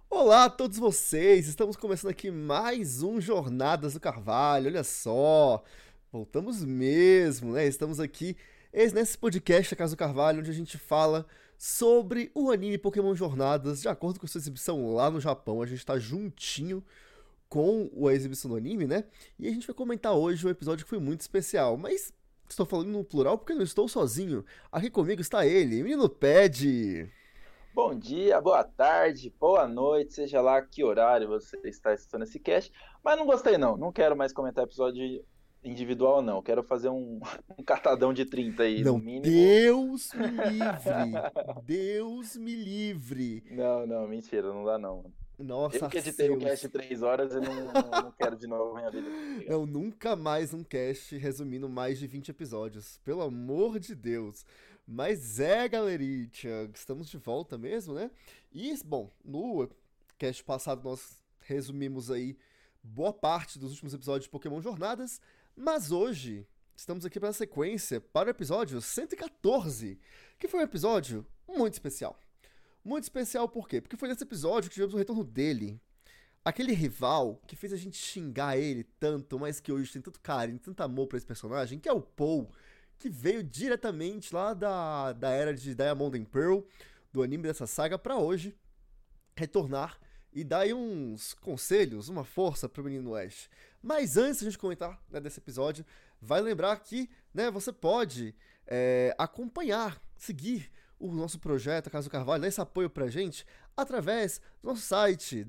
Olá a todos vocês, estamos começando aqui mais um Jornadas do Carvalho, olha só, voltamos mesmo, né? Estamos aqui nesse podcast da Casa do Carvalho, onde a gente fala sobre o anime Pokémon Jornadas, de acordo com sua exibição lá no Japão. A gente tá juntinho com a exibição do anime, né? E a gente vai comentar hoje um episódio que foi muito especial, mas estou falando no plural porque eu não estou sozinho. Aqui comigo está ele, Menino Pad. Bom dia, boa tarde, boa noite, seja lá que horário você está assistindo esse cast. Mas não gostei não, não quero mais comentar episódio individual não. Quero fazer um catadão de 30 aí, no Não, mínimo. Deus me livre! Deus me livre! Não, mentira, não dá não, mano. Nossa, Eu que editei o cast Arceus. de 3 horas e não quero de novo na minha vida. Obrigado. Não, nunca mais um cast resumindo mais de 20 episódios. Pelo amor de Deus. Mas galerinha, estamos de volta mesmo, né? E, bom, no cast passado nós resumimos aí boa parte dos últimos episódios de Pokémon Jornadas, mas hoje estamos aqui para a sequência para o episódio 114, que foi um episódio muito especial. Muito especial por quê? Porque foi nesse episódio que tivemos o retorno dele. Aquele rival que fez a gente xingar ele tanto, mas que hoje tem tanto carinho, tanto amor pra esse personagem, que é o Paul, que veio diretamente lá da era de Diamond and Pearl, do anime dessa saga, pra hoje retornar e dar aí uns conselhos, uma força pro menino Ash. Mas antes de a gente comentar, né, desse episódio, vai lembrar que, né, você pode acompanhar, seguir o nosso projeto, a Casa do Carvalho, dar esse apoio pra gente através do nosso site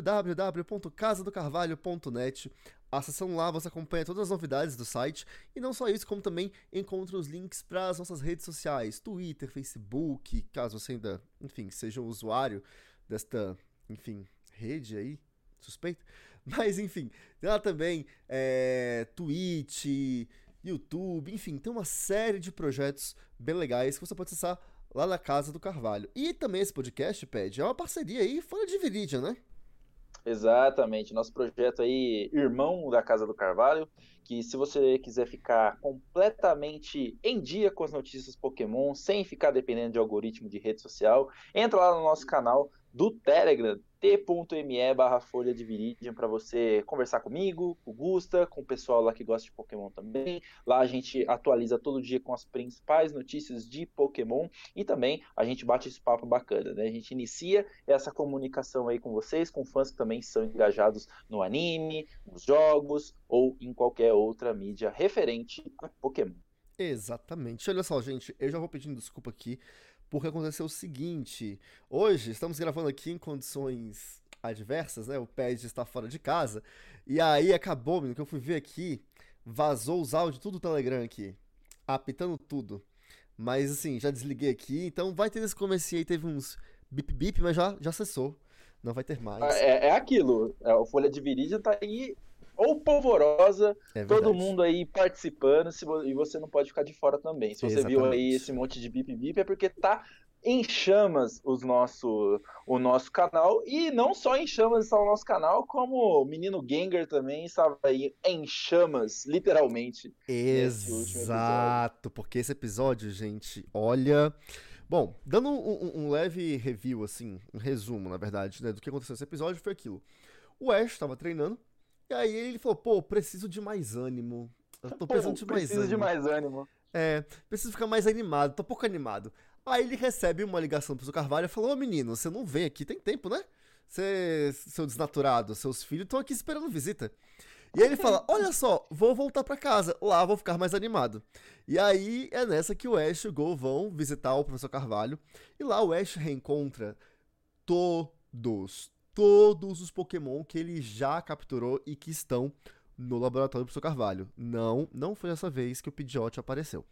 www.casadocarvalho.net. Acessando lá, você acompanha todas as novidades do site e não só isso, como também encontra os links para as nossas redes sociais, Twitter, Facebook, caso você ainda, enfim, seja um usuário desta, enfim, rede aí, suspeito. Mas, enfim, tem lá também Twitch, YouTube, enfim, tem uma série de projetos bem legais que você pode acessar lá na Casa do Carvalho. E também esse podcast, Pad, é uma parceria aí fora de Viridian, né? Exatamente, nosso projeto aí, irmão da Casa do Carvalho, que se você quiser ficar completamente em dia com as notícias Pokémon, sem ficar dependendo de algoritmo de rede social, entra lá no nosso canal do Telegram, t.me/Folha de Viridian, para você conversar comigo, com o Gusta, com o pessoal lá que gosta de Pokémon também. Lá a gente atualiza todo dia com as principais notícias de Pokémon e também a gente bate esse papo bacana, né? A gente inicia essa comunicação aí com vocês, com fãs que também são engajados no anime, nos jogos ou em qualquer outra mídia referente a Pokémon. Exatamente. Olha só, gente, eu já vou pedindo desculpa aqui, porque aconteceu o seguinte. Hoje estamos gravando aqui em condições adversas, né? O Pad está fora de casa. E aí acabou, menino, que eu fui ver aqui, vazou os áudios tudo do Telegram aqui, apitando tudo. Mas assim, já desliguei aqui, então vai ter nesse comecinho aí, teve uns bip-bip, mas já cessou. Não vai ter mais. É aquilo, a Folha de Viridian tá aí ou polvorosa, É todo verdade. mundo aí participando, e você não pode ficar de fora também. Se você viu aí esse Exatamente. monte de bip-bip é porque tá em chamas o nosso canal, e não só em chamas está o nosso canal, como o menino Gengar também estava aí em chamas, literalmente, nesse último episódio. Exato, porque esse episódio, gente, olha. Bom, dando um leve review, assim, um resumo, na verdade, né, do que aconteceu nesse episódio, foi aquilo. O Ash tava treinando, e aí ele falou, pô, preciso de mais ânimo. Eu tô precisando Pô, de mais preciso de ânimo. mais ânimo. Preciso ficar mais animado, tô pouco animado. Aí ele recebe uma ligação pro seu Carvalho e falou, ô menino, você não vem aqui, tem tempo, né? Seu desnaturado, seus filhos estão aqui esperando visita. E aí ele fala: olha só, vou voltar pra casa, lá vou ficar mais animado. E aí é nessa que o Ash e o Go vão visitar o professor Carvalho. E lá o Ash reencontra todos os Pokémon que ele já capturou e que estão no laboratório do professor Carvalho. Não foi dessa vez que o Pidgeot apareceu.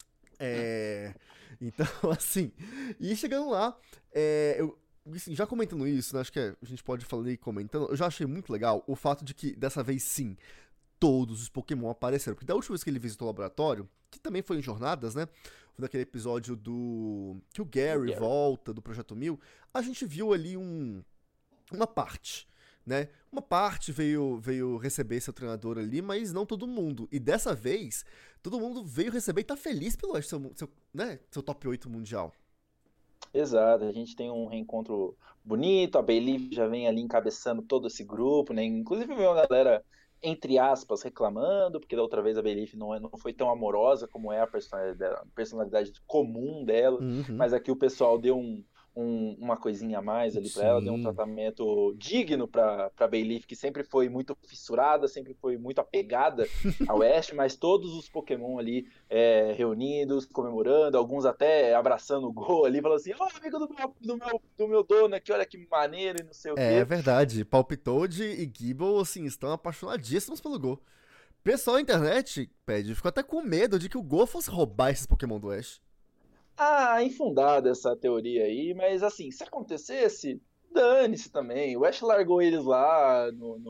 Então, assim. E chegando lá, assim, já comentando isso, né, acho que a gente pode falar aí comentando. Eu já achei muito legal o fato de que dessa vez sim, todos os Pokémon apareceram. Porque da última vez que ele visitou o laboratório, que também foi em jornadas, né? Foi naquele episódio do. Que o Do Gary Gary. volta do Projeto 1000. A gente viu ali uma parte. Né? Uma parte veio receber seu treinador ali, mas não todo mundo. E dessa vez, todo mundo veio receber e tá feliz pelo seu top 8 mundial. Exato, a gente tem um reencontro bonito, a Bayleaf já vem ali encabeçando todo esse grupo, né? Inclusive veio uma galera, entre aspas, reclamando, porque da outra vez a Bayleaf não foi tão amorosa como é a personalidade comum dela, Uhum. mas aqui o pessoal deu uma coisinha a mais ali para ela, deu um Sim. tratamento digno para Bayleaf, que sempre foi muito fissurada, sempre foi muito apegada ao Ash, mas todos os Pokémon ali reunidos, comemorando, alguns até abraçando o gol ali, falando assim, ó, oh, amigo do meu dono aqui, olha que maneiro e não sei o É quê. verdade. Palpitoad e Gible, assim, estão apaixonadíssimos pelo Go. O pessoal na internet, Ped, ficou até com medo de que o Go fosse roubar esses Pokémon do Ash. Ah, infundada essa teoria aí, mas assim, se acontecesse, dane-se também. O Ash largou eles lá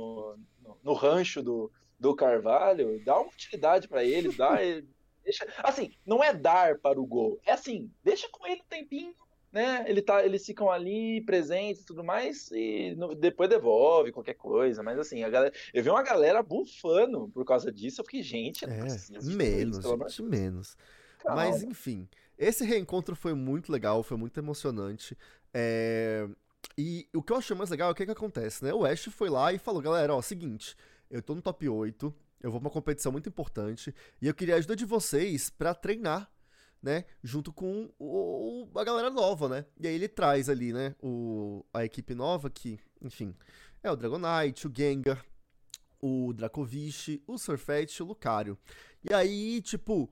no rancho do Carvalho, dá uma utilidade para eles, deixa, assim, não é dar para o Gol, é assim, deixa com ele um tempinho, né? Eles ficam ali presentes e tudo mais e depois devolve qualquer coisa, mas assim, eu vi uma galera bufando por causa disso, eu fiquei, gente, não É, precisa de tudo isso, menos, pelo amor de gente, Deus. menos. Mas, Calma. enfim, esse reencontro foi muito legal, foi muito emocionante. É, e o que eu achei mais legal é o que acontece, né? O Ash foi lá e falou, galera, ó, seguinte, eu tô no top 8, eu vou pra uma competição muito importante, e eu queria a ajuda de vocês pra treinar, né? Junto com a galera nova, né? E aí ele traz ali, né? A equipe nova que, enfim, é o Dragonite, o Gengar, o Dracovish, o Surfetch e o Lucario. E aí, tipo,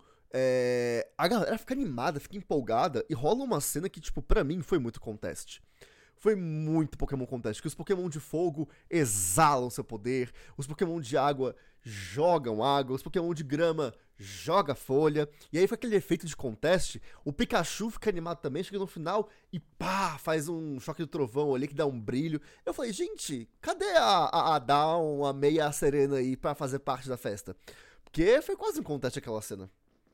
a galera fica animada, fica empolgada e rola uma cena que, tipo, pra mim foi muito contest. Foi muito Pokémon Contest, que os Pokémon de fogo exalam seu poder, os Pokémon de água jogam água, os Pokémon de grama joga folha, e aí foi aquele efeito de contest, o Pikachu fica animado também, chega no final e pá, faz um choque do trovão ali que dá um brilho. Eu falei, gente, cadê a Dawn, a Meia, a Serena aí pra fazer parte da festa? Porque foi quase um contest aquela cena.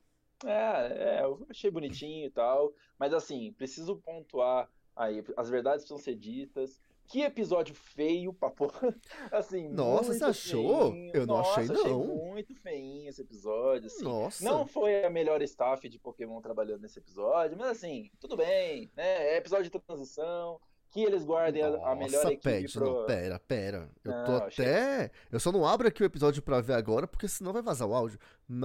Eu achei bonitinho e tal, mas assim, preciso pontuar aí, as verdades precisam ser ditas. Que episódio feio, papo. Assim, Nossa, você muito achou? feinho. Eu não achei, Nossa, achei não. muito feinho esse episódio, assim. Não Nossa. foi a melhor staff de Pokémon trabalhando nesse episódio, mas assim, tudo bem, né? É episódio de transição, que eles guardem a melhor Nossa, equipe Pet, não, pro. pera. Eu tô Não, achei. até. Eu só não abro aqui o episódio pra ver agora, porque senão vai vazar o áudio.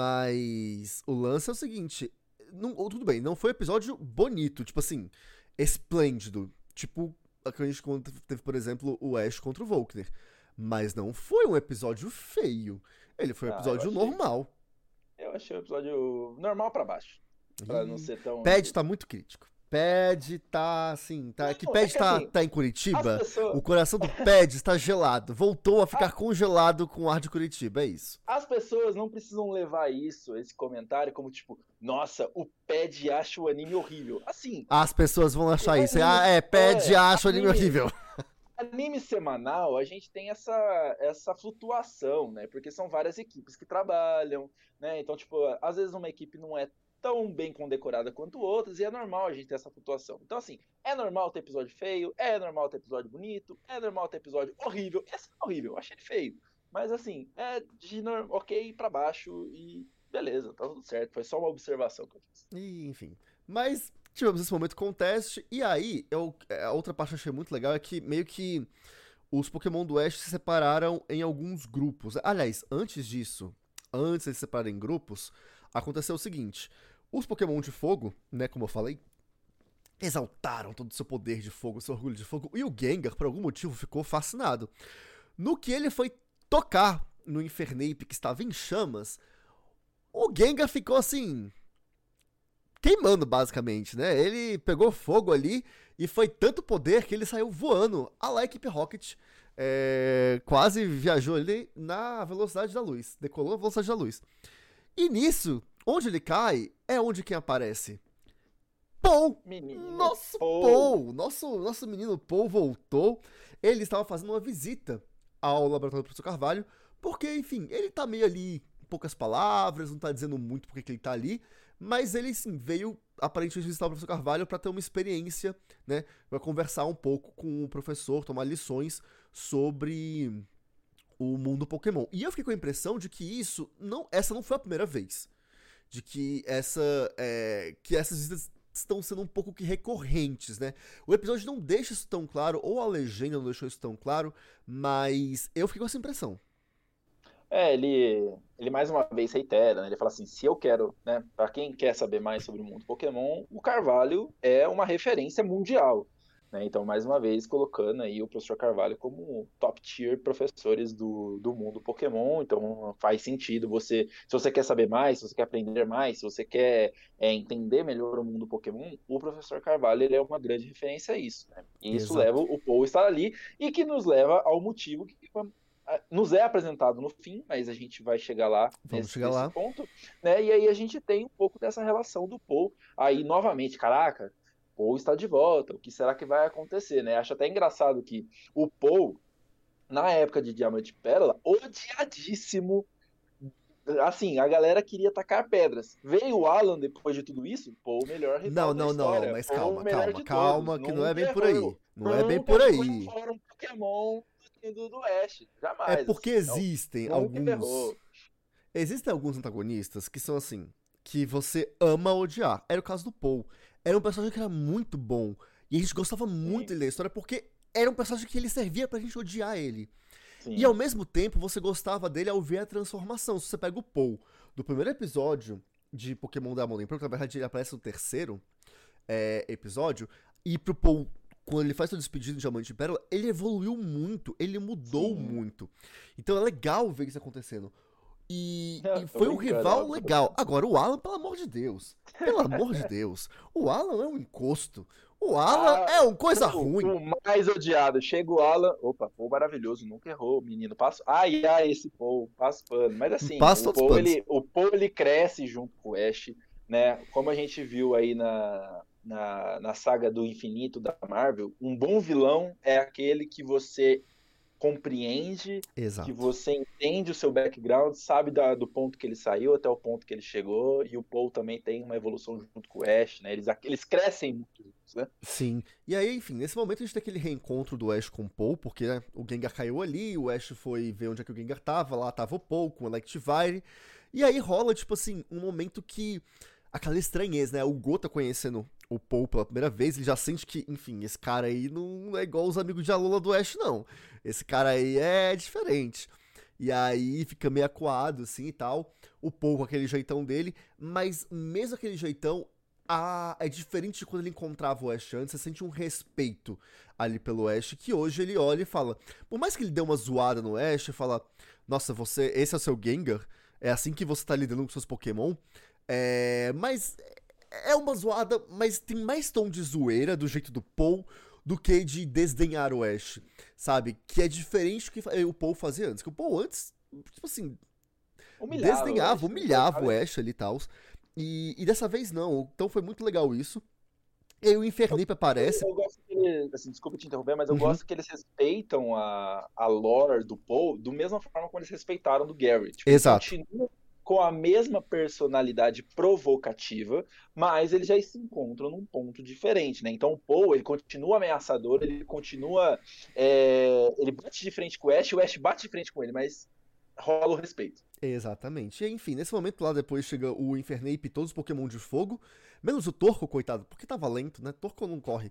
Mas o lance é o seguinte: tudo bem, não foi um episódio bonito, tipo assim, esplêndido. Tipo, a que a gente teve, por exemplo, o Ash contra o Volkner. Mas não foi um episódio feio. Ele foi um Ah, eu episódio achei. normal. Eu achei o episódio normal pra baixo. Pra não E ser tão Ped injusto. tá muito crítico. Ped tá assim, tá. Que Não, é Ped que tá, assim, tá em as Curitiba. pessoas, O coração do Ped está gelado. Voltou a ficar a- congelado com o ar de Curitiba. É isso. as pessoas não precisam levar esse comentário, como tipo, nossa, o Ped acha o anime horrível. Assim, As pessoas vão achar o isso. Ah, anime, Ped acha o anime anime, horrível. anime semanal, a gente tem essa flutuação, né? Porque são várias equipes que trabalham, né? Então, tipo, às vezes uma equipe não é tão bem condecorada quanto outras, e é normal a gente ter essa flutuação. Então, assim, é normal ter episódio feio, é normal ter episódio bonito, é normal ter episódio horrível. Esse é horrível, eu achei ele feio. Mas, assim, é de ok pra baixo e beleza, tá tudo certo. Foi só uma observação que eu fiz. E, enfim. Mas tivemos esse momento com o teste. E aí, a outra parte que eu achei muito legal é que meio que os Pokémon do Oeste se separaram em alguns grupos. Aliás, antes disso, antes de se separarem em grupos, aconteceu o seguinte: os Pokémon de fogo, né, como eu falei, exaltaram todo o seu poder de fogo, seu orgulho de fogo, e o Gengar, por algum motivo, ficou fascinado. No que ele foi tocar no Infernape que estava em chamas, o Gengar ficou assim, queimando basicamente, né? Ele pegou fogo ali e foi tanto poder que ele saiu voando, a la equipe Rocket, quase viajou ali na velocidade da luz, decolou na velocidade da luz. E nisso, onde ele cai, é onde quem aparece. Paul! Menino, Nosso pô, Paul! Nosso menino Paul voltou. Ele estava fazendo uma visita ao laboratório do professor Carvalho, porque, enfim, ele tá meio ali, em poucas palavras, não tá dizendo muito porque que ele tá ali, mas ele, sim, veio aparentemente visitar o professor Carvalho para ter uma experiência, né, para conversar um pouco com o professor, tomar lições sobre o mundo Pokémon. E eu fiquei com a impressão de que essa não foi a primeira vez. De que essas visitas estão sendo um pouco que recorrentes, né? O episódio não deixa isso tão claro, ou a legenda não deixou isso tão claro, mas eu fiquei com essa impressão. Ele mais uma vez reitera, né? Ele fala assim, se eu quero, né, para quem quer saber mais sobre o mundo Pokémon, o Carvalho é uma referência mundial, né? Então, mais uma vez, colocando aí o professor Carvalho como top tier professores do mundo Pokémon, então faz sentido você, se você quer saber mais, se você quer aprender mais, se você quer entender melhor o mundo Pokémon, o professor Carvalho, ele é uma grande referência a isso, né? E isso leva Exato. o Paul a estar ali, e que nos leva ao motivo que nos é apresentado no fim, mas a gente vai chegar lá Vamos chegar nesse lá. ponto, né? E aí a gente tem um pouco dessa relação do Paul. Aí, novamente, caraca, Paul está de volta, o que será que vai acontecer, né? Acho até engraçado que o Paul, na época de Diamante e Pérola, odiadíssimo. Assim, a galera queria tacar pedras. Veio o Alan depois de tudo isso, Paul, o melhor rival da Não, história. mas Paul, o calma, melhor calma, de todos. calma, que não é Nunca bem por aí. errou. Não é bem Nunca por foi um aí. fórum Pokémon do Ash. É Jamais, porque assim. Não, existem nunca alguns. errou. Existem alguns antagonistas que são assim, que você ama odiar. Era o caso do Paul. Era um personagem que era muito bom. E a gente gostava muito Sim, dele da história porque era um personagem que ele servia pra gente odiar ele. E ao sim, mesmo tempo você gostava dele ao ver a transformação. Se você pega o Paul do primeiro episódio de Pokémon Diamond and Pearl, que na verdade ele aparece no terceiro episódio, e pro Paul, quando ele faz seu despedido de Diamante e Pérola, ele evoluiu muito, ele mudou sim. muito. Então é legal ver isso acontecendo. E Não, tô foi um brincando, rival óbvio que tô legal. brincando. Agora, o Alan, pelo amor de Deus. Pelo amor de Deus. O Alan é um encosto. O Alan Ah, é uma coisa o ruim. mais odiado. Chega o Alan. Opa, Paul maravilhoso, nunca errou. Menino, passa. Ai, ai, esse Paul, passa pano. Mas assim, Passa todos os panos. O Paul ele cresce junto com o Ash, né? Como a gente viu aí na saga do infinito da Marvel, um bom vilão é aquele que você compreende, que Exato. você entende o seu background, sabe do ponto que ele saiu até o ponto que ele chegou, e o Paul também tem uma evolução junto com o Ash, né? Eles crescem muito juntos, né? Sim. E aí, enfim, nesse momento a gente tem aquele reencontro do Ash com o Paul, porque né, o Gengar caiu ali, o Ash foi ver onde é que o Gengar tava, lá tava o Paul com o Electivire. E aí rola, tipo assim, um momento que. Aquela estranheza, né? O Go tá conhecendo o Paul pela primeira vez, ele já sente que, enfim, esse cara aí não é igual os amigos de Alola do Ash, não. Esse cara aí é diferente. E aí fica meio acuado, assim, e tal. O Paul com aquele jeitão dele, mas mesmo aquele jeitão, é diferente de quando ele encontrava o Ash antes, você sente um respeito ali pelo Ash, que hoje ele olha e fala, por mais que ele dê uma zoada no Ash, fala, nossa, esse é o seu Gengar? É assim que você tá lidando com seus Pokémon? Mas é uma zoada, mas tem mais tom de zoeira do jeito do Paul do que de desdenhar o Ash, sabe? Que é diferente do que o Paul fazia antes. Que o Paul antes, tipo assim, Humilhava o desdenhava, Ash, né? humilhava o Ash ali e tal. E dessa vez não. Então foi muito legal isso. E aí o Infernape aparece. Eu gosto que eles, assim, desculpa te interromper, mas eu Uhum, gosto que eles respeitam a lore do Paul do mesma forma como eles respeitaram do Gary. Tipo, ele exato. continua com a mesma personalidade provocativa, mas eles já se encontram num ponto diferente, né? Então o Paul, ele continua ameaçador, ele continua... ele bate de frente com o Ash bate de frente com ele, mas rola o respeito. Exatamente. E enfim, nesse momento lá depois chega o Infernape e todos os Pokémon de fogo. Menos o Torco, coitado, porque tava lento, né? Torco não corre.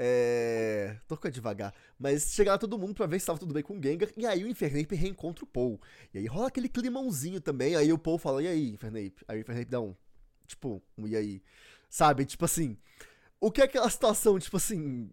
Torco é devagar. Mas chega lá todo mundo pra ver se tava tudo bem com o Gengar. E aí o Infernape reencontra o Paul. E aí rola aquele climãozinho também. Aí o Paul fala, e aí, Infernape? Aí o Infernape dá e aí? Sabe? Tipo assim. O que é aquela situação, tipo assim.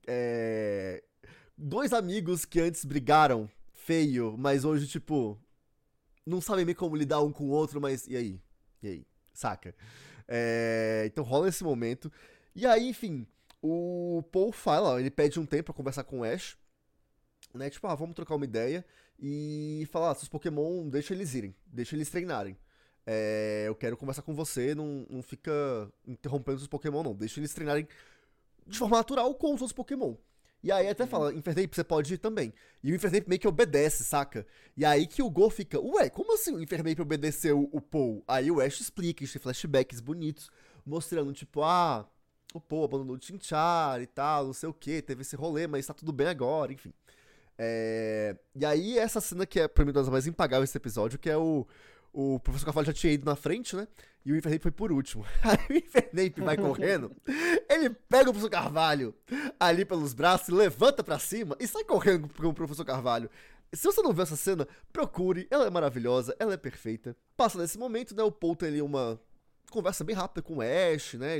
Dois amigos que antes brigaram feio, mas hoje, tipo não sabem bem como lidar um com o outro, mas e aí? E aí? Saca? Então rola esse momento. E aí, enfim, o Paul fala, ele pede um tempo pra conversar com o Ash, né? Tipo, vamos trocar uma ideia. E falar, seus Pokémon, deixa eles irem, deixa eles treinarem. Eu quero conversar com você, não fica interrompendo os Pokémon, não. Deixa eles treinarem de forma natural com os outros Pokémon. E aí até fala, Infernape, você pode ir também. E o Infernape meio que obedece, saca? E aí que o Go fica, ué, como assim o Infernape obedeceu o Paul? Aí o Ash explica, tem flashbacks bonitos, mostrando, tipo, o Paul abandonou o Chinchar e tal, não sei o que, teve esse rolê, mas tá tudo bem agora, enfim. E aí essa cena que é pra mim uma das mais impagáveis desse episódio, que é o o professor Carvalho já tinha ido na frente, né? E o Infernape foi por último. Aí o Infernape vai correndo, ele pega o professor Carvalho ali pelos braços, levanta pra cima e sai correndo com o professor Carvalho. Se você não viu essa cena, procure, ela é maravilhosa, ela é perfeita. Passa nesse momento, né? O Paul tem ali uma conversa bem rápida com o Ash, né?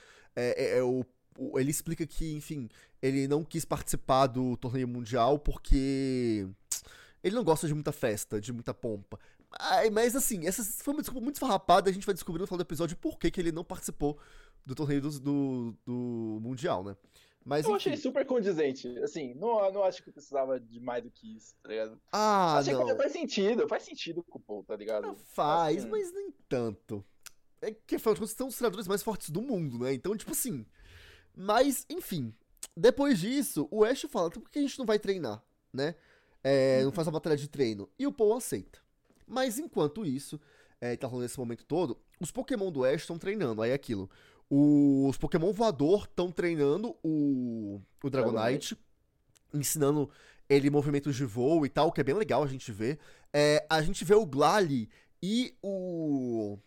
Ele explica que, enfim, ele não quis participar do torneio mundial porque ele não gosta de muita festa, de muita pompa. Mas assim, essa foi uma desculpa muito esfarrapada, a gente vai descobrir no final do episódio por que ele não participou do torneio do mundial, né? Mas, Eu enfim. achei super condizente. Assim, não acho que precisava de mais do que isso, tá ligado? Ah, Achei não. que faz sentido com o Paul, tá ligado? Faz, Assim, mas nem tanto. É que, afinal de contas, são os treinadores mais fortes do mundo, né? Então, tipo assim. Mas, enfim. Depois disso, o Ash fala: por que a gente não vai treinar, né? Não faz a batalha de treino. E o Paul aceita. Mas enquanto isso, tá rolando esse momento todo, os Pokémon do Ash estão treinando. Aí é aquilo. Os Pokémon voador estão treinando o Dragonite, ensinando ele movimentos de voo e tal, que é bem legal a gente ver. A gente vê o Glalie e o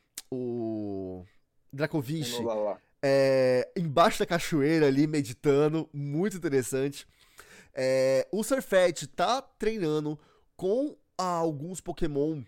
Dracovish embaixo da cachoeira ali, meditando, muito interessante. O Surfet tá treinando com alguns Pokémon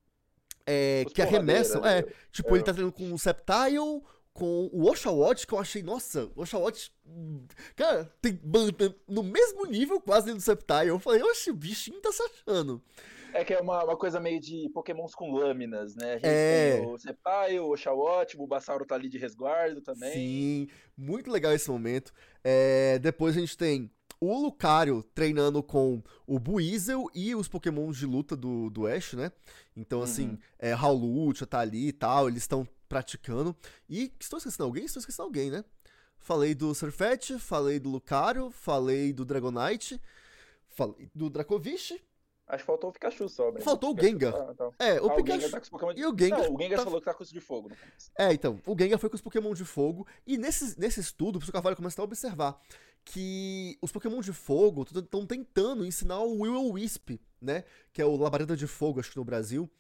que arremessam. né? Ele tá treinando com o Sceptile, com o Oshawott, que eu achei, nossa, o Oshawott, cara, tem no mesmo nível quase do Sceptile. Eu falei, oxe, o bichinho tá se achando. É que é uma coisa meio de Pokémons com lâminas, né? A gente tem o Sceptile, o Oshawott, o Bulbasauro tá ali de resguardo também. Sim, muito legal esse momento. Depois a gente tem o Lucario treinando com o Buizel e os Pokémons de luta do Ash, né? Então, assim, Hawlucha tá ali e tal, eles estão praticando. E estou esquecendo alguém? Estou esquecendo alguém, né? Falei do Surfet, falei do Lucario, falei do Dragonite, falei do Dracovish. Acho que faltou o Pikachu só, né? Faltou o Gengar. O Pikachu. Gengar tá com os Pokémon de... E o Gengar. Não, o Gengar falou que tá com os de fogo. Então, o Gengar foi com os Pokémon de fogo. E nesse estudo, o professor Carvalho começa a observar que os Pokémon de fogo estão tentando ensinar o Will-O-Wisp, né? Que é o Labareda de Fogo, acho que no Brasil,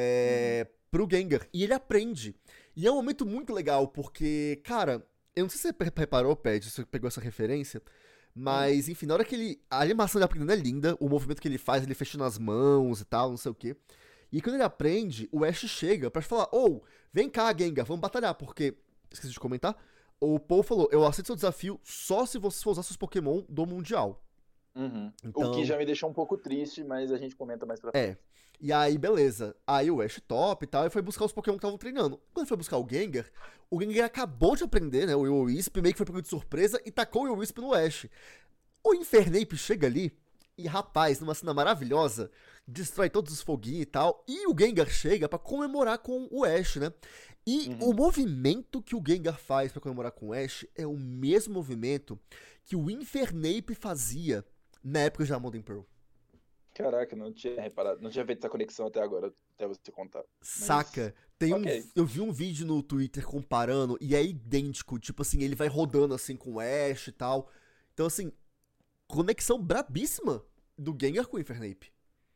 pro Gengar. E ele aprende. E é um momento muito legal, porque, cara, eu não sei se você reparou, Ped, se você pegou essa referência, mas, enfim, na hora que a animação dele aprendendo é linda, o movimento que ele faz, ele fechando as mãos e tal, não sei o quê. E quando ele aprende, o Ash chega pra falar, vem cá, Gengar, vamos batalhar, porque, esqueci de comentar, o Paul falou, eu aceito seu desafio só se você for usar seus Pokémon do Mundial. Então... O que já me deixou um pouco triste, mas a gente comenta mais pra frente. E aí, beleza. Aí o Ash top e tal, e foi buscar os Pokémon que estavam treinando. Quando ele foi buscar o Gengar acabou de aprender, né? O Will-O-Wisp meio que foi pego de surpresa e tacou o Will-O-Wisp no Ash. O Infernape chega ali e, rapaz, numa cena maravilhosa, destrói todos os foguinhos e tal. E o Gengar chega pra comemorar com o Ash, né? E o movimento que o Gengar faz pra comemorar com o Ash é o mesmo movimento que o Infernape fazia na época de Diamond and Pearl. Caraca, não tinha reparado, não tinha feito essa conexão até agora, até você contar. Saca? Eu vi um vídeo no Twitter comparando e é idêntico, tipo assim, ele vai rodando assim com o Ash e tal. Então assim, conexão brabíssima do Gengar com o Infernape.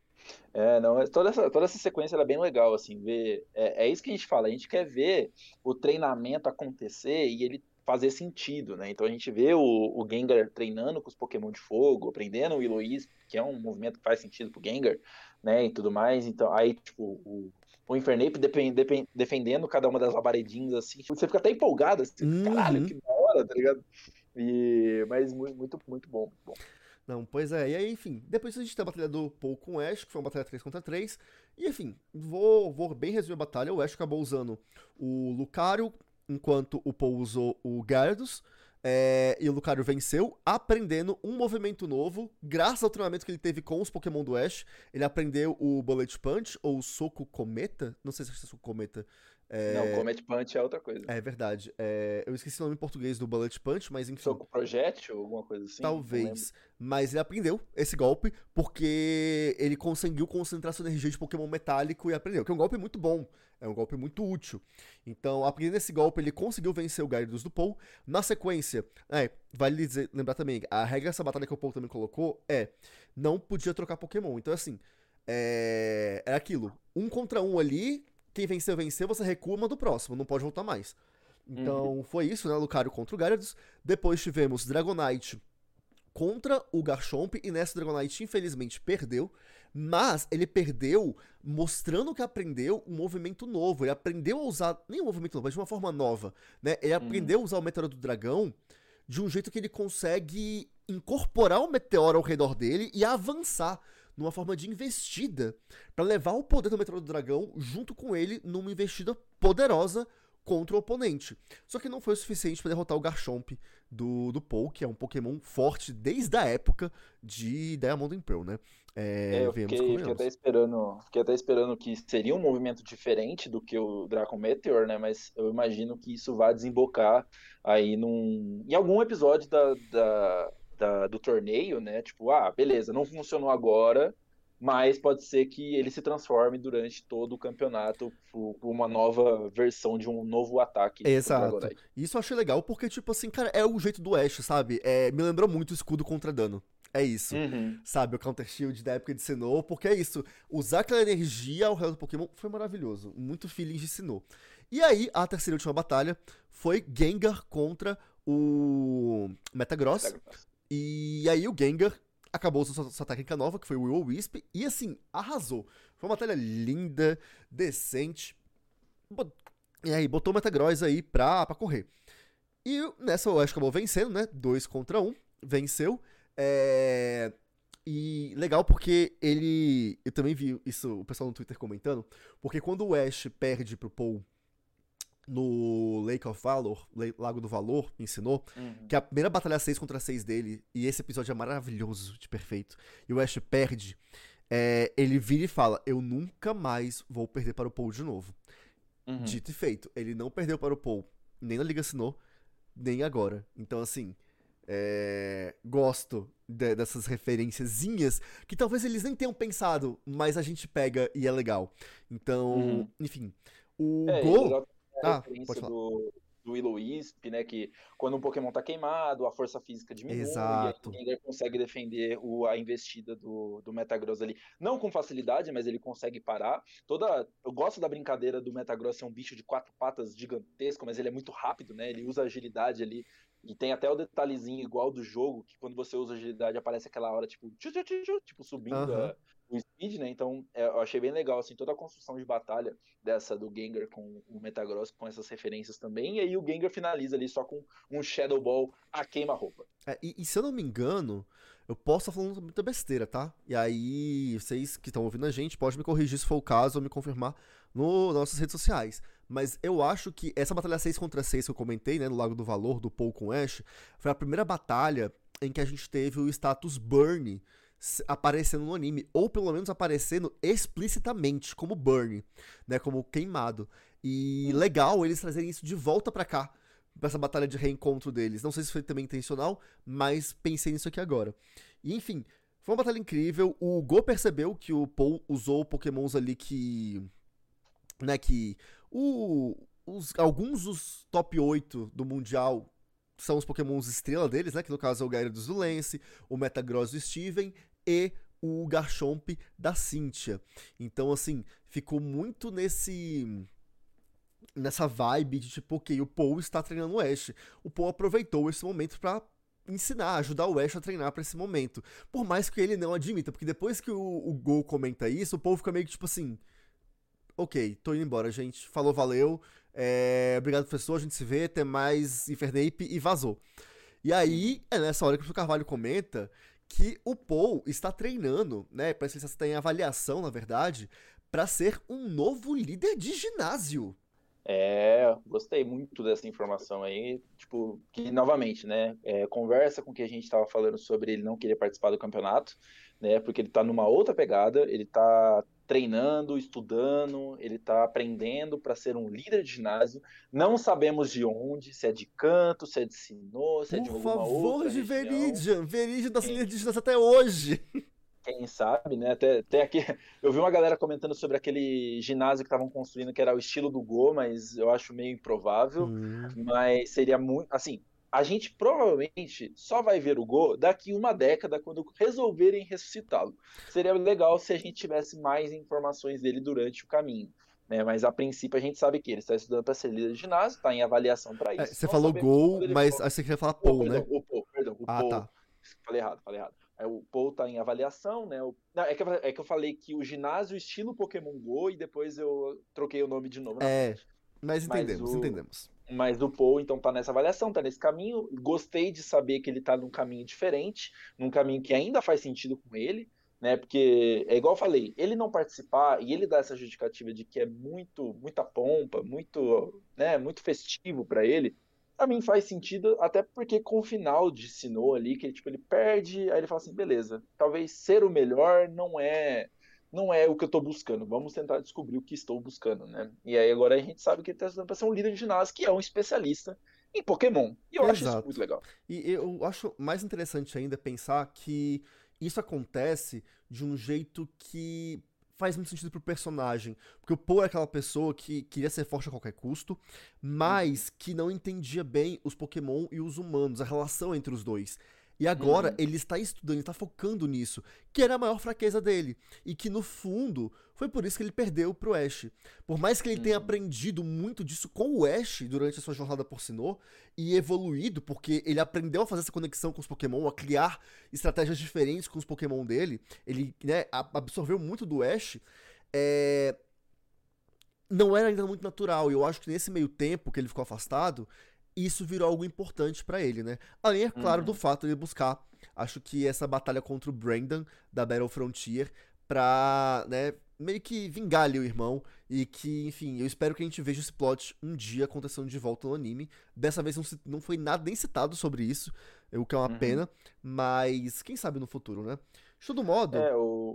Toda essa sequência era bem legal, assim, ver, é isso que a gente fala, a gente quer ver o treinamento acontecer e ele fazer sentido, né? Então a gente vê o Gengar treinando com os Pokémon de fogo, aprendendo o Will-O-Wisp, que é um movimento que faz sentido pro Gengar, né? E tudo mais. Então aí, tipo, o Infernape defendendo cada uma das labaredinhas, assim, você fica até empolgado, assim, caralho, que da hora, tá ligado? Mas muito, muito bom, muito bom. Não, pois é, e aí, enfim, depois a gente tem a batalha do Paul com o Ash, que foi uma batalha 3 contra 3, e enfim, vou bem resumir a batalha. O Ash acabou usando o Lucario, enquanto o Paul usou o Gyarados, e o Lucario venceu, aprendendo um movimento novo, graças ao treinamento que ele teve com os Pokémon do Ash. Ele aprendeu o Bullet Punch, ou o Soco Cometa, não sei se é Soco Cometa. Não, Comet Punch é outra coisa. É verdade. Eu esqueci o nome em português do Bullet Punch, mas enfim. Soco Projétil, alguma coisa assim? Talvez. Mas ele aprendeu esse golpe porque ele conseguiu concentrar sua energia de Pokémon metálico e aprendeu. Que é um golpe muito bom. É um golpe muito útil. Então, aprendendo esse golpe, ele conseguiu vencer o Gyarados do Paul. Na sequência, vale lembrar também, a regra dessa batalha que o Paul também colocou não podia trocar Pokémon. Então, assim, era aquilo. 1 contra 1 ali, quem venceu, venceu, você recua, manda o próximo, não pode voltar mais. Então, foi isso, né? Lucario contra o Gyarados. Depois tivemos Dragonite contra o Garchomp, e nessa Dragonite, infelizmente, perdeu. Mas ele perdeu mostrando que aprendeu um movimento novo. Ele aprendeu a usar, nem um movimento novo, mas de uma forma nova, né? Ele aprendeu a usar o Meteoro do Dragão de um jeito que ele consegue incorporar o meteoro ao redor dele e avançar numa forma de investida pra levar o poder do Meteoro do Dragão junto com ele numa investida poderosa contra o oponente. Só que não foi o suficiente pra derrotar o Garchomp do Paul, que é um Pokémon forte desde a época de Diamond and Pearl, né? Eu fiquei até esperando que seria um movimento diferente do que o Draco Meteor, né? Mas eu imagino que isso vai desembocar aí em algum episódio do torneio, né? Tipo, beleza, não funcionou agora, mas pode ser que ele se transforme durante todo o campeonato por uma nova versão de um novo ataque do Exato. Dragonite. Isso eu achei legal porque, tipo assim, cara, é o jeito do Ash, sabe? Me lembrou muito o escudo contra dano. É isso. Sabe, o Counter Shield da época de Sinnoh, porque é isso. Usar aquela energia ao redor do Pokémon foi maravilhoso. Muito feeling de Sinnoh. E aí, a terceira e última batalha foi Gengar contra o Metagross. E aí o Gengar acabou usando sua técnica nova, que foi o Will-O-Wisp, e assim, arrasou. Foi uma batalha linda, decente. E aí, botou o Metagross aí pra correr. E nessa o Ash acabou vencendo, né? 2 contra 1. Venceu. E legal porque ele... Eu também vi isso, o pessoal no Twitter comentando, porque quando o Ash perde pro Paul no Lake of Valor, Lago do Valor, ensinou, que a primeira batalha 6 contra 6 dele, e esse episódio é maravilhoso, de perfeito, e o Ash perde, ele vira e fala, eu nunca mais vou perder para o Paul de novo. Dito e feito, ele não perdeu para o Paul, nem na Liga Sinnoh, nem agora. Então, assim, gosto dessas referenciazinhas que talvez eles nem tenham pensado, mas a gente pega e é legal. Então, enfim, o Go... legal a pode referência falar. do Will-O-Wisp, né, que quando um Pokémon tá queimado, a força física diminui, Exato. e aí o Gengar consegue defender a investida do Metagross ali, não com facilidade, mas ele consegue parar. Eu gosto da brincadeira do Metagross ser um bicho de 4 patas gigantesco, mas ele é muito rápido, né, ele usa agilidade ali, e tem até o detalhezinho igual do jogo, que quando você usa agilidade aparece aquela hora, tipo, tipo subindo o speed, né, então eu achei bem legal, assim, toda a construção de batalha dessa do Gengar com o Metagross, com essas referências também, e aí o Gengar finaliza ali só com um Shadow Ball a queima-roupa. E se eu não me engano, eu posso estar falando muita besteira, tá? E aí, vocês que estão ouvindo a gente, podem me corrigir se for o caso ou me confirmar nas nossas redes sociais. Mas eu acho que essa batalha 6 contra 6 que eu comentei, né, no Lago do Valor, do Paul com Ash, foi a primeira batalha em que a gente teve o status Burn aparecendo no anime, ou pelo menos aparecendo explicitamente como Burn, né, como queimado. E legal eles trazerem isso de volta pra cá, pra essa batalha de reencontro deles. Não sei se foi também intencional, mas pensei nisso aqui agora. E enfim, foi uma batalha incrível. O Go percebeu que o Paul usou pokémons ali que... né, que... alguns dos top 8 do Mundial são os pokémons estrela deles, né, que no caso é o Gyarados do Lance, o Metagross do Steven e o Garchomp da Cynthia. Então, assim, ficou muito nessa vibe de tipo, ok, o Paul está treinando o Ash. O Paul aproveitou esse momento pra ensinar, ajudar o Ash a treinar pra esse momento. Por mais que ele não admita, porque depois que o Go comenta isso, o Paul fica meio que tipo assim, ok, tô indo embora, gente. Falou, valeu. Obrigado, professor. A gente se vê. Até mais, Infernape. E vazou. E aí, é nessa hora que o Carvalho comenta que o Paul está treinando, né? Parece que ele está em avaliação, na verdade, pra ser um novo líder de ginásio. Gostei muito dessa informação aí, tipo, que novamente, né, conversa com o que a gente estava falando sobre ele não querer participar do campeonato, né, porque ele tá numa outra pegada, ele tá treinando, estudando, ele tá aprendendo para ser um líder de ginásio, não sabemos de onde, se é de Kanto, se é de Sinnoh, se é de alguma outra de região. Veridian tá líder de ginásio até hoje. Quem sabe, né? Até aqui, eu vi uma galera comentando sobre aquele ginásio que estavam construindo, que era o estilo do Go, mas eu acho meio improvável. Mas seria muito. Assim, a gente provavelmente só vai ver o Go daqui uma década, quando resolverem ressuscitá-lo. Seria legal se a gente tivesse mais informações dele durante o caminho. né? Mas a princípio a gente sabe que ele está estudando para ser líder de ginásio, está em avaliação para isso. Você Não falou sabemos Gol, quando ele mas for. aí você queria falar Oh, Paul, né? perdão, o Ah, Paul. tá. Falei errado, falei errado. O Paul tá em avaliação, né? Não, é que eu falei que o ginásio estilo Pokémon Go e depois eu troquei o nome de novo na É, frente. mas Mas entendemos, o, entendemos. mas o Paul, então, tá nessa avaliação, tá nesse caminho. Gostei de saber que ele tá num caminho diferente, num caminho que ainda faz sentido com ele, né? Porque, é igual eu falei, ele não participar e ele dar essa justificativa de que é muita pompa, muito, né, muito festivo para ele, pra mim faz sentido, até porque com o final de Sinnoh ali, que ele, tipo, ele perde, aí ele fala assim, beleza, talvez ser o melhor não é o que eu estou buscando. Vamos tentar descobrir o que estou buscando, né? E aí agora a gente sabe que ele está estudando para ser um líder de ginásio, que é um especialista em Pokémon. E eu acho isso muito Exato. legal. E eu acho mais interessante ainda pensar que isso acontece de um jeito que faz muito sentido pro personagem. Porque o Paul é aquela pessoa que queria ser forte a qualquer custo, Uhum, mas que não entendia bem os Pokémon e os humanos, a relação entre os dois. E agora uhum, ele está estudando, ele está focando nisso, que era a maior fraqueza dele. E que no fundo foi por isso que ele perdeu pro Ash. Por mais que ele tenha uhum, aprendido muito disso com o Ash durante a sua jornada por Sinnoh, e evoluído, porque ele aprendeu a fazer essa conexão com os Pokémon, a criar estratégias diferentes com os Pokémon dele. Ele, né, absorveu muito do Ash. É, não era ainda muito natural. E eu acho que nesse meio tempo que ele ficou afastado, isso virou algo importante pra ele, né? Além, é claro, do uhum. fato de ele buscar, acho que essa batalha contra o Brandon da Battle Frontier pra, né, meio que vingar ali o irmão e que, enfim, eu espero que a gente veja esse plot um dia acontecendo de volta no anime. Dessa vez não foi nada nem citado sobre isso, o que é uma Uhum. pena, mas quem sabe no futuro, né? De todo modo,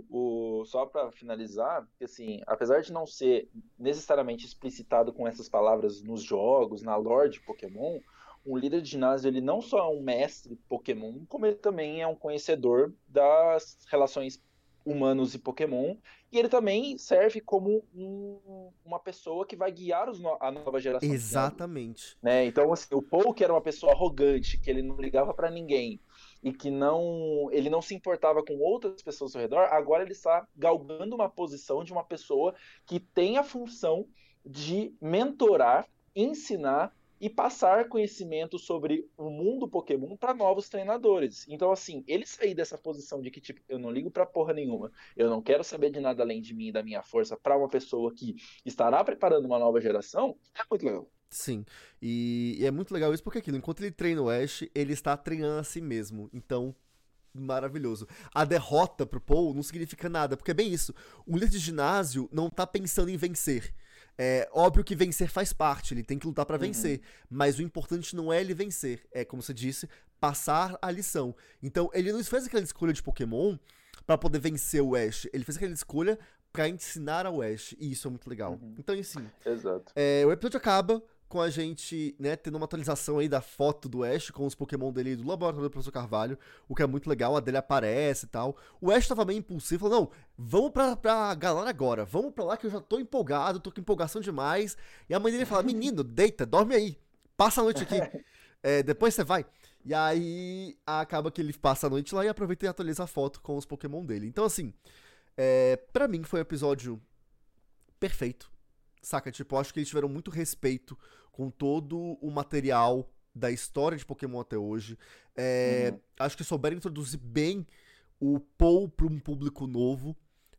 Só para finalizar, que assim, apesar de não ser necessariamente explicitado com essas palavras nos jogos, na lore de Pokémon, um líder de ginásio ele não só é um mestre Pokémon, como ele também é um conhecedor das relações humanos e Pokémon, e ele também serve como uma pessoa que vai guiar a nova geração de criadores, exatamente. né? Então, assim, o Paul, que era uma pessoa arrogante, que ele não ligava para ninguém e que ele não se importava com outras pessoas ao redor, agora ele está galgando uma posição de uma pessoa que tem a função de mentorar, ensinar e passar conhecimento sobre o mundo Pokémon para novos treinadores. Então, assim, ele sair dessa posição de que, tipo, eu não ligo para porra nenhuma, eu não quero saber de nada além de mim e da minha força, para uma pessoa que estará preparando uma nova geração, é muito legal. Sim, e é muito legal isso porque aquilo, enquanto ele treina o Ash, ele está treinando a si mesmo. Então, maravilhoso. A derrota pro Paul não significa nada, porque é bem isso. Um líder de ginásio não tá pensando em vencer. É óbvio que vencer faz parte, ele tem que lutar pra vencer, Uhum, mas o importante não é ele vencer, é como você disse, passar a lição. Então, ele não fez aquela escolha de Pokémon pra poder vencer o Ash, ele fez aquela escolha pra ensinar ao Ash, e isso é muito legal. uhum, Então, assim, exato. o episódio acaba com a gente, né, tendo uma atualização aí da foto do Ash com os Pokémon dele do laboratório do Professor Carvalho, o que é muito legal, a dele aparece e tal. O Ash tava meio impulsivo, falou, não, vamos pra Galar agora, vamos pra lá que eu já tô empolgado, tô com empolgação demais. E a mãe dele fala, menino, deita, dorme aí, passa a noite aqui, depois você vai. E aí acaba que ele passa a noite lá e aproveita e atualiza a foto com os Pokémon dele. Então assim, pra mim foi um episódio perfeito. Saca? Tipo, eu acho que eles tiveram muito respeito com todo o material da história de Pokémon até hoje. Uhum. Acho que souberam introduzir bem o Paul para um público novo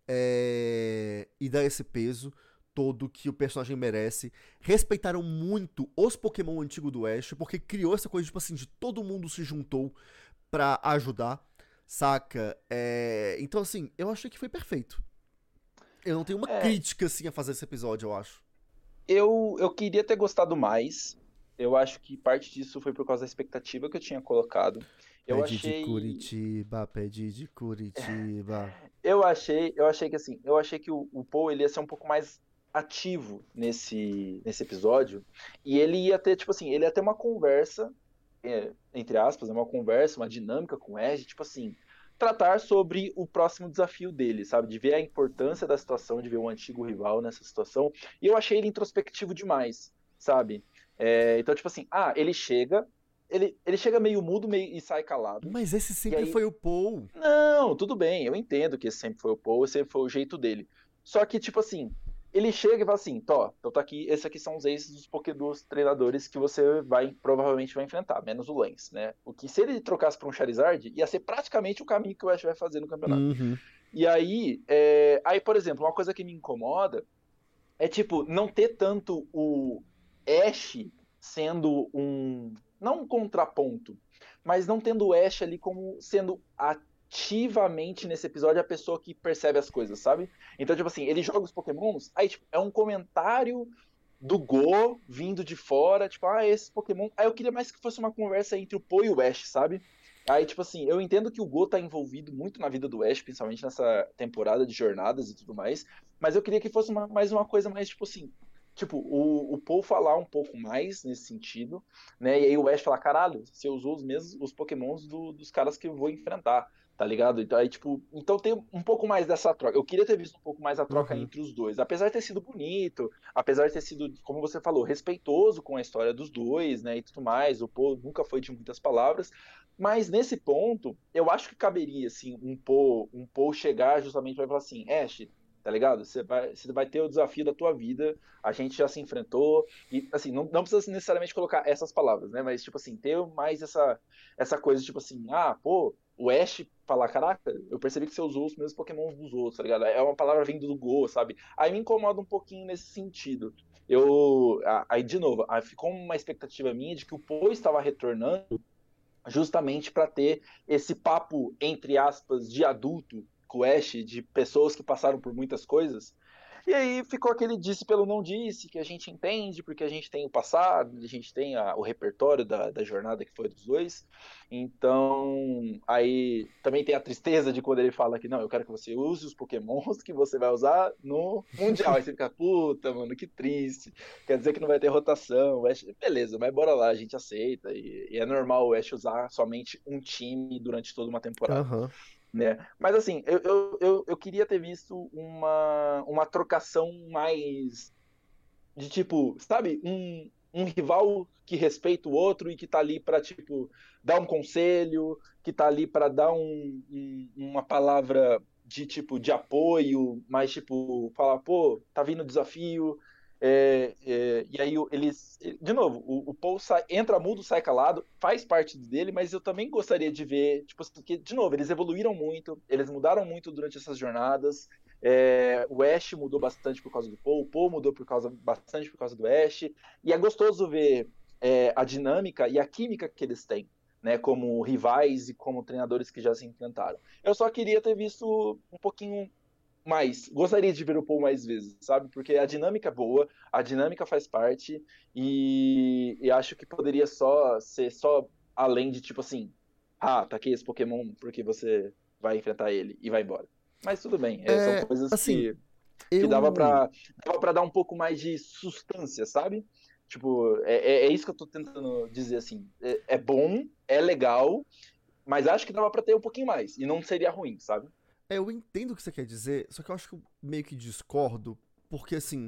e dar esse peso todo que o personagem merece. Respeitaram muito os Pokémon antigos do Ash, porque criou essa coisa, tipo assim, de todo mundo se juntou pra ajudar, saca? Então, assim, eu achei que foi perfeito. Eu não tenho uma É, crítica, assim, a fazer esse episódio, eu acho. eu queria ter gostado mais. Eu acho que parte disso foi por causa da expectativa que eu tinha colocado. Eu Pede de achei, Curitiba, pede de Curitiba. eu achei que assim, eu achei que o Paul ele ia ser um pouco mais ativo nesse episódio e ele ia ter tipo assim, ele ia ter uma conversa entre aspas, uma conversa, uma dinâmica com o Ash, tipo assim, tratar sobre o próximo desafio dele, sabe? De ver a importância da situação, de ver o antigo rival nessa situação. E eu achei ele introspectivo demais, sabe? Então, tipo assim, ele chega meio mudo meio, e sai calado. Mas esse E sempre aí, foi o Paul. não, tudo bem, eu entendo que esse sempre foi o Paul, esse sempre foi o jeito dele. Só que, tipo assim, ele chega e fala assim, então tá aqui, esses aqui são os aces dos treinadores que você provavelmente vai enfrentar, menos o Lance, né? O que se ele trocasse para um Charizard, ia ser praticamente o caminho que o Ash vai fazer no campeonato. Uhum. E aí, por exemplo, uma coisa que me incomoda é, tipo, não ter tanto o Ash sendo não um contraponto, mas não tendo o Ash ali como sendo ativamente nesse episódio a pessoa que percebe as coisas, sabe? Então, tipo assim, ele joga os Pokémons, aí tipo, é um comentário do Go vindo de fora, tipo, esses Pokémon. Aí eu queria mais que fosse uma conversa entre o Po e o Ash, sabe? Aí, tipo assim, eu entendo que o Go tá envolvido muito na vida do Ash, principalmente nessa temporada de jornadas e tudo mais, mas eu queria que fosse mais uma coisa mais, tipo assim, tipo, o Paul falar um pouco mais nesse sentido, né? E aí o Ash falar, caralho, você usou os mesmos os Pokémons dos caras que eu vou enfrentar, tá ligado? Então aí, tipo, então tem um pouco mais dessa troca. Eu queria ter visto um pouco mais a troca Uhum. entre os dois, apesar de ter sido bonito, apesar de ter sido, como você falou, respeitoso com a história dos dois, né? E tudo mais. O Paul nunca foi de muitas palavras. Mas nesse ponto, eu acho que caberia, assim, um Paul chegar justamente para falar assim, Ash, tá ligado? Você vai ter o desafio da tua vida, a gente já se enfrentou, e assim, não precisa necessariamente colocar essas palavras, né? Mas, tipo assim, ter mais essa coisa, tipo assim, pô, o Ash falar, caraca, eu percebi que você usou os mesmos Pokémons dos outros, tá ligado? É uma palavra vindo do Go, sabe? Aí me incomoda um pouquinho nesse sentido. Aí, de novo, ficou uma expectativa minha de que o Poe estava retornando justamente para ter esse papo, entre aspas, de adulto com o Ash, de pessoas que passaram por muitas coisas. E aí ficou aquele disse pelo não disse, que a gente entende, porque a gente tem o passado, a gente tem o repertório da jornada que foi dos dois. Então, aí também tem a tristeza de quando ele fala que não, eu quero que você use os Pokémons que você vai usar no Mundial. Aí você fica, puta, mano, que triste. Quer dizer que não vai ter rotação. O Ash, beleza, mas bora lá, a gente aceita. E é normal o Ash usar somente um time durante toda uma temporada. Aham. Né? Mas assim, eu queria ter visto uma trocação mais de tipo, sabe, um rival que respeita o outro e que tá ali para tipo dar um conselho, que tá ali para dar uma palavra de tipo de apoio, mas tipo falar, pô, tá vindo o desafio. E aí eles, de novo, o Paul entra mudo, sai calado, faz parte dele, mas eu também gostaria de ver, tipo, que, de novo, eles evoluíram muito, eles mudaram muito durante essas jornadas, o Ash mudou bastante por causa do Paul, o Paul mudou bastante por causa do Ash, e é gostoso ver a dinâmica e a química que eles têm, né, como rivais e como treinadores que já se enfrentaram. Eu só queria ter visto um pouquinho mais, gostaria de ver o Paul mais vezes, sabe? Porque a dinâmica é boa, a dinâmica faz parte, e acho que poderia ser só além de tipo assim, tá aqui esse Pokémon porque você vai enfrentar ele e vai embora. Mas tudo bem, são coisas Assim, que eu. dava pra dar um pouco mais de substância, sabe? Tipo, é isso que eu tô tentando dizer assim. É bom, é legal, mas acho que dava pra ter um pouquinho mais, e não seria ruim, sabe? Eu entendo o que você quer dizer, só que eu acho que eu meio que discordo, porque assim.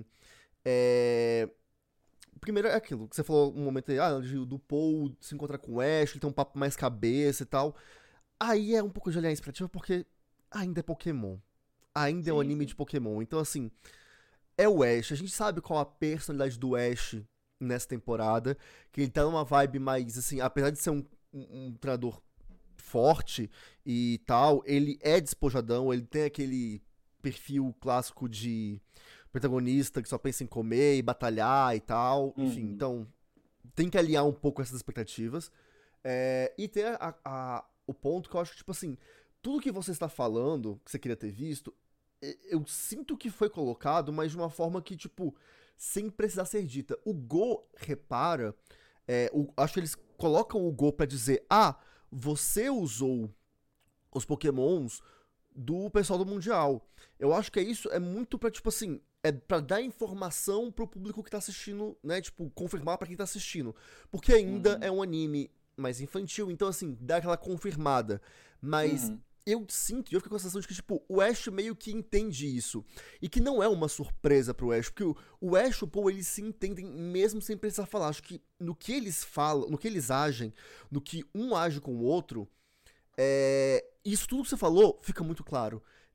É. Primeiro é aquilo que você falou um momento aí, do Paul se encontrar com o Ash, ele tem um papo mais cabeça e tal. Aí é um pouco de olhar a expectativa, porque ainda é Pokémon. Ainda é um Sim, anime de sim. Pokémon. Então, assim, é o Ash. A gente sabe qual a personalidade do Ash nessa temporada. Que ele tá numa vibe mais, assim, apesar de ser um treinador forte e tal, ele é despojadão, ele tem aquele perfil clássico de protagonista que só pensa em comer e batalhar e tal. Enfim, Uhum. então tem que alinhar um pouco essas expectativas. E tem o ponto que eu acho que, tipo assim, tudo que você está falando, que você queria ter visto, eu sinto que foi colocado, mas de uma forma que, tipo, sem precisar ser dita. O Go repara, acho que eles colocam o Go pra dizer, você usou os Pokémons do pessoal do Mundial. Eu acho que isso é muito pra, tipo assim, é pra dar informação pro público que tá assistindo, né? Tipo, confirmar pra quem tá assistindo. Porque ainda é Uhum. um anime mais infantil, então, assim, dá aquela confirmada. Mas Uhum. eu sinto, e eu fico com a sensação de que, tipo, o Ash meio que entende isso. E que não é uma surpresa pro Ash, porque o Ash e o Paul, eles se entendem mesmo sem precisar falar. Acho que no que eles falam, no que eles agem, no que um age com o outro, isso tudo que você falou fica muito claro.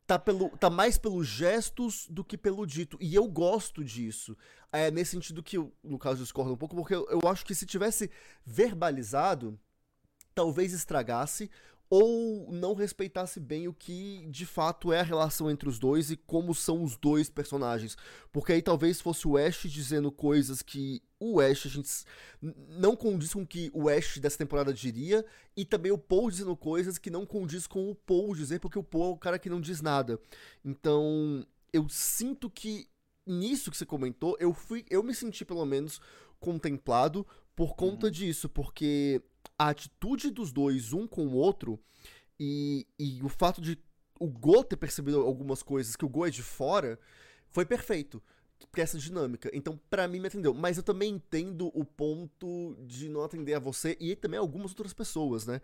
tá mais pelos gestos do que pelo dito. E eu gosto disso. Nesse sentido que eu, no caso, discordo um pouco, porque eu acho que se tivesse verbalizado, talvez estragasse ou não respeitasse bem o que de fato é a relação entre os dois e como são os dois personagens. Porque aí talvez fosse o Ash dizendo coisas que o Ash, a gente não condiz com o que o Ash dessa temporada diria, e também o Paul dizendo coisas que não condiz com o Paul dizer, porque o Paul é o cara que não diz nada. Então, eu sinto que nisso que você comentou, eu me senti pelo menos contemplado por conta disso, porque a atitude dos dois, um com o outro, e o fato de o Go ter percebido algumas coisas, que o Go é de fora, foi perfeito pra essa dinâmica. Então, pra mim, me atendeu. Mas eu também entendo o ponto de não atender a você e também a algumas outras pessoas, né?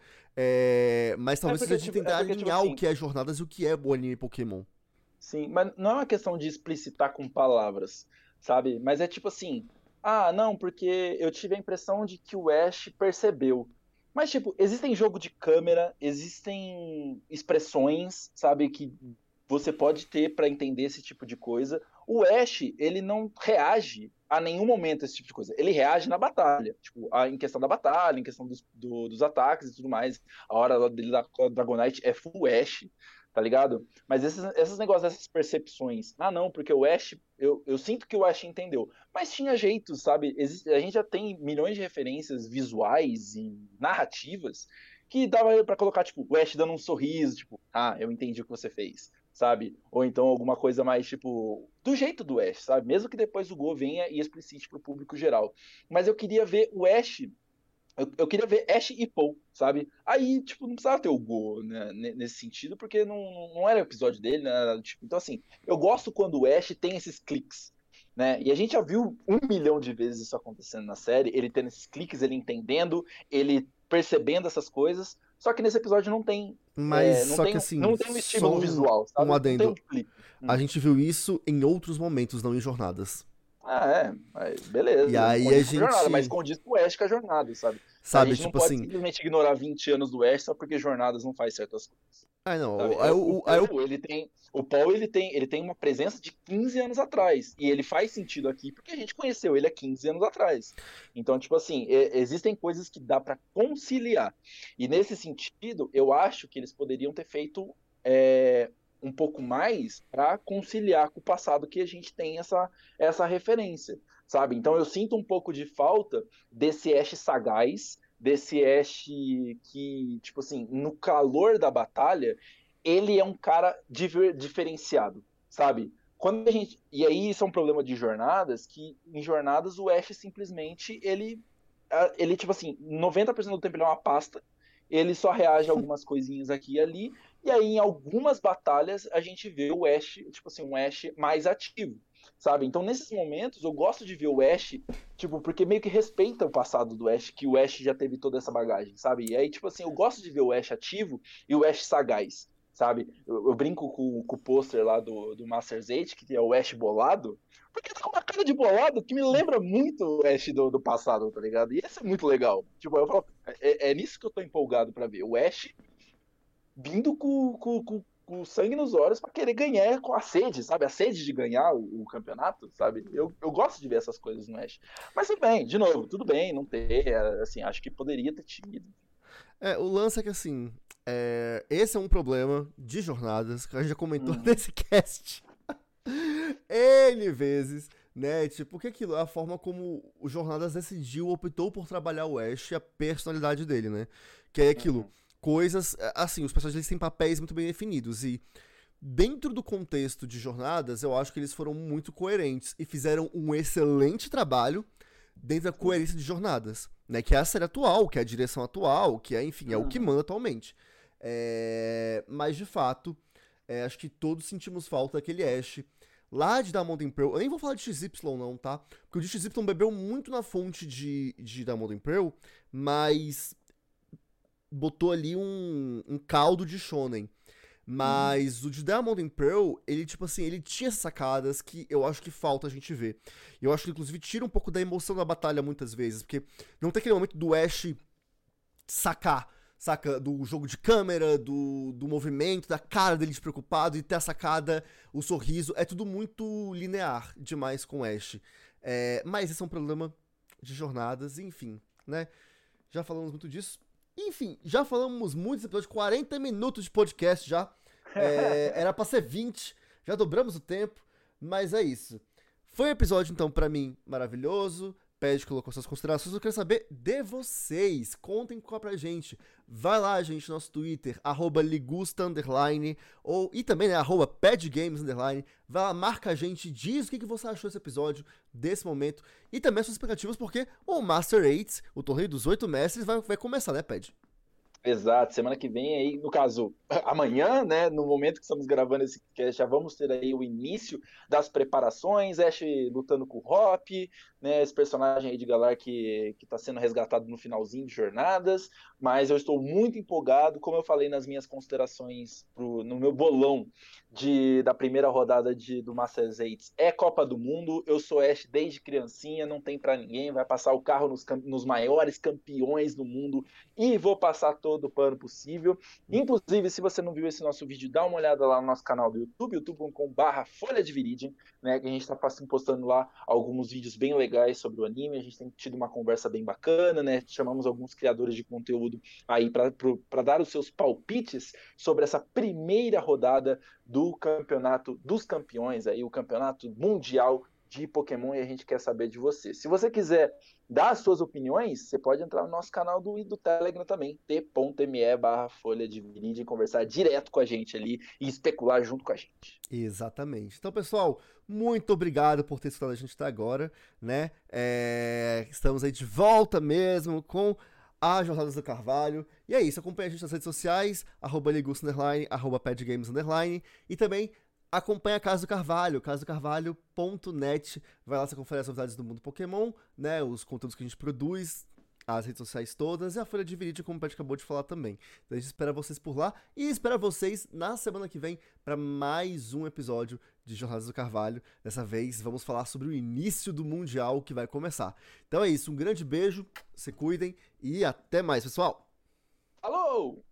Mas talvez porque, seja de tentar porque, alinhar assim, o que é Jornadas e o que é o anime Pokémon. sim, mas não é uma questão de explicitar com palavras, sabe? Mas é tipo assim, não, porque eu tive a impressão de que o Ash percebeu. Mas, tipo, existem jogo de câmera, existem expressões, sabe, que você pode ter pra entender esse tipo de coisa. O Ash, ele não reage a nenhum momento a esse tipo de coisa. Ele reage na batalha, tipo, em questão da batalha, em questão dos ataques e tudo mais. A hora dele da Dragonite é full Ash, tá ligado? Mas esses negócios, essas percepções. Não, porque o Ash, eu sinto que o Ash entendeu. Mas tinha jeitos, sabe? A gente já tem milhões de referências visuais e narrativas que dava pra colocar, tipo, o Ash dando um sorriso, tipo, eu entendi o que você fez, sabe? Ou então alguma coisa mais, tipo, do jeito do Ash, sabe? Mesmo que depois o Go venha e explicite pro público geral. Mas eu queria ver o Ash. Eu queria ver Ash e Paul, sabe? Aí, tipo, não precisava ter o Go, né, nesse sentido, porque não era o episódio dele, né? Tipo, então, assim, eu gosto quando o Ash tem esses cliques, né? E a gente já viu 1 milhão de vezes isso acontecendo na série, ele tendo esses cliques, ele entendendo, ele percebendo essas coisas, só que nesse episódio não tem, Mas não só tem, que assim, não tem um só estímulo visual, um sabe? Não tem um adendo. clique. A gente viu isso em outros momentos, não em Jornadas. E Beleza, não aí a condiz com a jornada, mas gente, condiz com o Ash com a jornada, sabe? A sabe, gente não tipo pode assim, simplesmente ignorar 20 anos do Ash só porque jornadas não faz certas coisas. Sabe? não, O Paul, ele tem uma presença de 15 anos atrás, e ele faz sentido aqui porque a gente conheceu ele há 15 anos atrás. Então, tipo assim, existem coisas que dá pra conciliar. E nesse sentido, eu acho que eles poderiam ter feito um pouco mais para conciliar com o passado que a gente tem essa referência, sabe? Então eu sinto um pouco de falta desse Ash sagaz, desse Ash que, tipo assim, no calor da batalha, ele é um cara diferenciado, sabe? Quando a gente. E aí isso é um problema de jornadas, que em jornadas o Ash simplesmente ele tipo assim, 90% do tempo ele é uma pasta, ele só reage a algumas coisinhas aqui e ali, e aí em algumas batalhas a gente vê o Ash, tipo assim, um Ash mais ativo, sabe? Então nesses momentos eu gosto de ver o Ash, tipo, porque meio que respeita o passado do Ash, que o Ash já teve toda essa bagagem, sabe? E aí, tipo assim, eu gosto de ver o Ash ativo e o Ash sagaz, sabe? Eu brinco com o pôster lá do Master's 8, que é o Ash bolado, porque tá com uma cara de bolado que me lembra muito o Ash do passado, tá ligado? E esse é muito legal. Tipo, eu falo, nisso que eu tô empolgado pra ver. O Ash vindo com sangue nos olhos pra querer ganhar com a sede, sabe? A sede de ganhar o campeonato, sabe? Eu gosto de ver essas coisas no Ash. Mas tudo bem, de novo, tudo bem não ter, assim, acho que poderia ter tido. o lance é que assim, esse é um problema de jornadas, que a gente já comentou nesse cast N vezes, né? Tipo, que aquilo é a forma como o Jornadas decidiu, optou por trabalhar o Ash e a personalidade dele, né? Que é aquilo, coisas, assim, os personagens eles têm papéis muito bem definidos e dentro do contexto de Jornadas, eu acho que eles foram muito coerentes e fizeram um excelente trabalho dentro da coerência de Jornadas, né? Que é a série atual, que é a direção atual, que é, enfim, é o que manda atualmente. Mas, de fato, acho que todos sentimos falta daquele Ash lá de Diamond and Pearl. Eu nem vou falar de XY não, tá? Porque o de XY bebeu muito na fonte de Diamond and Pearl, mas botou ali um caldo de shonen. Mas o de Diamond and Pearl, ele, tipo assim, ele tinha sacadas que eu acho que falta a gente ver. E eu acho que, inclusive, tira um pouco da emoção da batalha muitas vezes, porque não tem aquele momento do Ash sacar, saca? Do jogo de câmera, do movimento, da cara dele despreocupado, e ter a sacada, o sorriso, é tudo muito linear demais com o Ash. Mas esse é um problema de jornadas, enfim, né? Já falamos muito disso. Enfim, já falamos muito desse episódio, 40 minutos de podcast já. Era pra ser 20, já dobramos o tempo, mas é isso. Foi um episódio, então, pra mim, maravilhoso. Pede colocou suas considerações. Eu quero saber de vocês. Contem pra gente. Vai lá, gente, no nosso Twitter, @ligusta_, e também, né, @padgames_. Vai lá, marca a gente, diz o que você achou desse episódio, desse momento. E também as suas expectativas, porque o Master 8, o torneio dos 8 mestres, vai começar, né, Pad? Exato, semana que vem aí, no caso, amanhã, né, no momento que estamos gravando esse cast, já vamos ter aí o início das preparações, Ash lutando com o Hop, né, esse personagem aí de Galar que tá sendo resgatado no finalzinho de jornadas, mas eu estou muito empolgado, como eu falei nas minhas considerações no meu bolão da primeira rodada do Masters 8, é Copa do Mundo, eu sou Ash desde criancinha, não tem pra ninguém, vai passar o carro nos maiores campeões do mundo e vou passar todo o pano possível. Inclusive, se você não viu esse nosso vídeo, dá uma olhada lá no nosso canal do YouTube, youtube.com/Folha de Viridian, né, que a gente está postando lá alguns vídeos bem legais sobre o anime, a gente tem tido uma conversa bem bacana, né, chamamos alguns criadores de conteúdo aí para dar os seus palpites sobre essa primeira rodada do Campeonato dos Campeões, aí, o Campeonato Mundial de Pokémon, e a gente quer saber de você. Se você quiser dar as suas opiniões, você pode entrar no nosso canal do Telegram também, t.me/Folha de Viridian, e conversar direto com a gente ali e especular junto com a gente. Exatamente. Então, pessoal, muito obrigado por ter escutado a gente até agora, né? Estamos aí de volta mesmo com a Jornadas do Carvalho. E é isso, acompanha a gente nas redes sociais, @ligusta_, @padgames_, e também acompanha a Casa do Carvalho, casadocarvalho.net. Vai lá, você confere as novidades do mundo Pokémon, né, os conteúdos que a gente produz, as redes sociais todas, e a Folha de Viridian, como o Pet acabou de falar também. Então a gente espera vocês por lá, e espera vocês na semana que vem para mais um episódio de Jornadas do Carvalho. Dessa vez vamos falar sobre o início do Mundial que vai começar. Então é isso, um grande beijo, se cuidem, e até mais, pessoal! Alô!